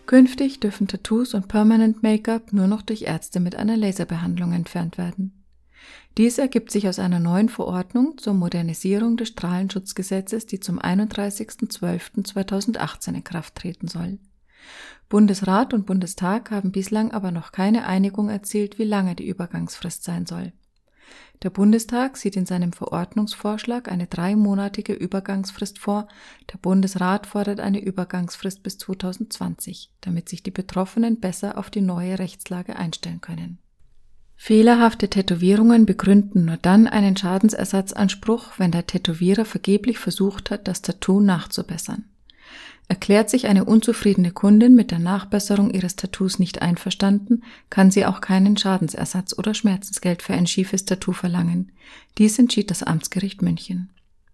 Künftig dürfen Tattoos und Permanent Make-up nur noch durch Ärzte mit einer Laserbehandlung entfernt werden. Dies ergibt sich aus einer neuen Verordnung zur Modernisierung des Strahlenschutzgesetzes, die zum 31.12.2018 in Kraft treten soll. Bundesrat und Bundestag haben bislang aber noch keine Einigung erzielt, wie lange die Übergangsfrist sein soll. Der Bundestag sieht in seinem Verordnungsvorschlag eine 3-monatige Übergangsfrist vor, der Bundesrat fordert eine Übergangsfrist bis 2020, damit sich die Betroffenen besser auf die neue Rechtslage einstellen können. Fehlerhafte Tätowierungen begründen nur dann einen Schadensersatzanspruch, wenn der Tätowierer vergeblich versucht hat, das Tattoo nachzubessern. Erklärt sich eine unzufriedene Kundin mit der Nachbesserung ihres Tattoos nicht einverstanden, kann sie auch keinen Schadensersatz oder Schmerzensgeld für ein schiefes Tattoo verlangen. Dies entschied das Amtsgericht München.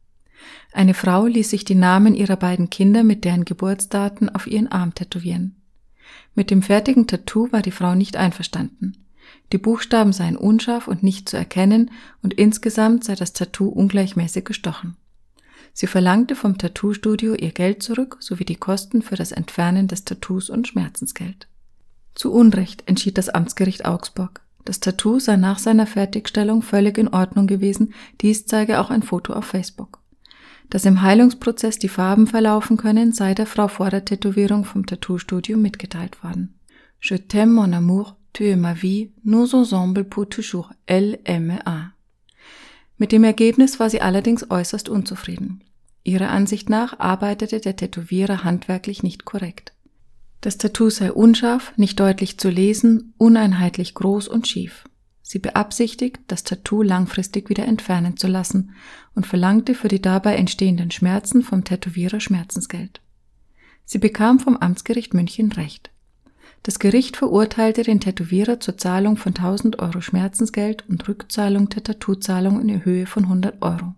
Eine Frau ließ sich die Namen ihrer beiden Kinder mit deren Geburtsdaten auf ihren Arm tätowieren. Mit dem fertigen Tattoo war die Frau nicht einverstanden. Die Buchstaben seien unscharf und nicht zu erkennen und insgesamt sei das Tattoo ungleichmäßig gestochen. Sie verlangte vom Tattoo-Studio ihr Geld zurück sowie die Kosten für das Entfernen des Tattoos und Schmerzensgeld. Zu Unrecht entschied das Amtsgericht Augsburg. Das Tattoo sei nach seiner Fertigstellung völlig in Ordnung gewesen, dies zeige auch ein Foto auf Facebook. Dass im Heilungsprozess die Farben verlaufen können, sei der Frau vor der Tätowierung vom Tattoo-Studio mitgeteilt worden. Je t'aime mon amour, tu es ma vie, nous ensemble pour toujours, LMA. Mit dem Ergebnis war sie allerdings äußerst unzufrieden. Ihrer Ansicht nach arbeitete der Tätowierer handwerklich nicht korrekt. Das Tattoo sei unscharf, nicht deutlich zu lesen, uneinheitlich groß und schief. Sie beabsichtigt, das Tattoo langfristig wieder entfernen zu lassen und verlangte für die dabei entstehenden Schmerzen vom Tätowierer Schmerzensgeld. Sie bekam vom Amtsgericht München Recht. Das Gericht verurteilte den Tätowierer zur Zahlung von 1.000 Euro Schmerzensgeld und Rückzahlung der Tattoozahlung in Höhe von 100 Euro.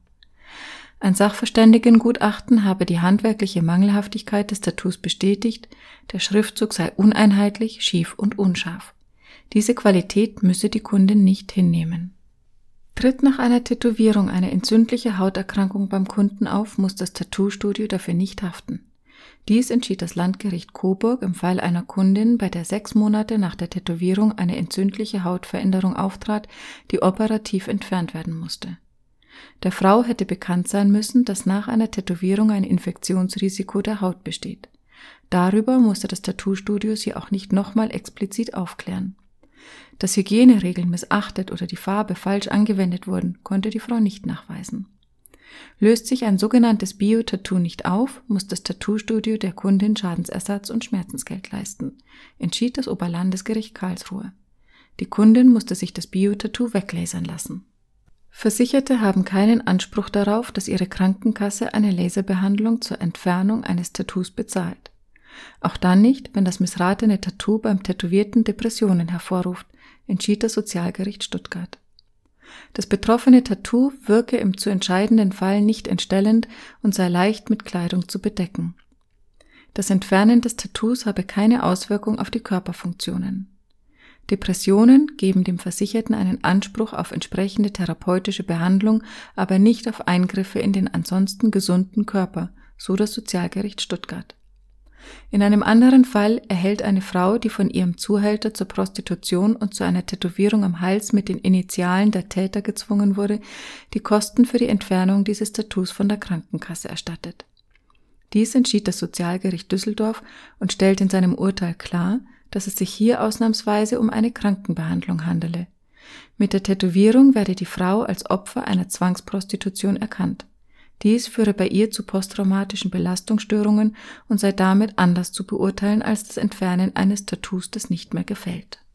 Ein Sachverständigengutachten habe die handwerkliche Mangelhaftigkeit des Tattoos bestätigt, der Schriftzug sei uneinheitlich, schief und unscharf. Diese Qualität müsse die Kundin nicht hinnehmen. Tritt nach einer Tätowierung eine entzündliche Hauterkrankung beim Kunden auf, muss das Tattoo-Studio dafür nicht haften. Dies entschied das Landgericht Coburg im Fall einer Kundin, bei der 6 Monate nach der Tätowierung eine entzündliche Hautveränderung auftrat, die operativ entfernt werden musste. Der Frau hätte bekannt sein müssen, dass nach einer Tätowierung ein Infektionsrisiko der Haut besteht. Darüber musste das Tattoo-Studio sie auch nicht nochmal explizit aufklären. Dass Hygieneregeln missachtet oder die Farbe falsch angewendet wurden, konnte die Frau nicht nachweisen. Löst sich ein sogenanntes Bio-Tattoo nicht auf, muss das Tattoo-Studio der Kundin Schadensersatz und Schmerzensgeld leisten, entschied das Oberlandesgericht Karlsruhe. Die Kundin musste sich das Bio-Tattoo weglasern lassen. Versicherte haben keinen Anspruch darauf, dass ihre Krankenkasse eine Laserbehandlung zur Entfernung eines Tattoos bezahlt. Auch dann nicht, wenn das missratene Tattoo beim Tätowierten Depressionen hervorruft, entschied das Sozialgericht Stuttgart. Das betroffene Tattoo wirke im zu entscheidenden Fall nicht entstellend und sei leicht mit Kleidung zu bedecken. Das Entfernen des Tattoos habe keine Auswirkung auf die Körperfunktionen. Depressionen geben dem Versicherten einen Anspruch auf entsprechende therapeutische Behandlung, aber nicht auf Eingriffe in den ansonsten gesunden Körper, so das Sozialgericht Stuttgart. In einem anderen Fall erhält eine Frau, die von ihrem Zuhälter zur Prostitution und zu einer Tätowierung am Hals mit den Initialen der Täter gezwungen wurde, die Kosten für die Entfernung dieses Tattoos von der Krankenkasse erstattet. Dies entschied das Sozialgericht Düsseldorf und stellt in seinem Urteil klar, dass es sich hier ausnahmsweise um eine Krankenbehandlung handele. Mit der Tätowierung werde die Frau als Opfer einer Zwangsprostitution erkannt. Dies führe bei ihr zu posttraumatischen Belastungsstörungen und sei damit anders zu beurteilen als das Entfernen eines Tattoos, das nicht mehr gefällt.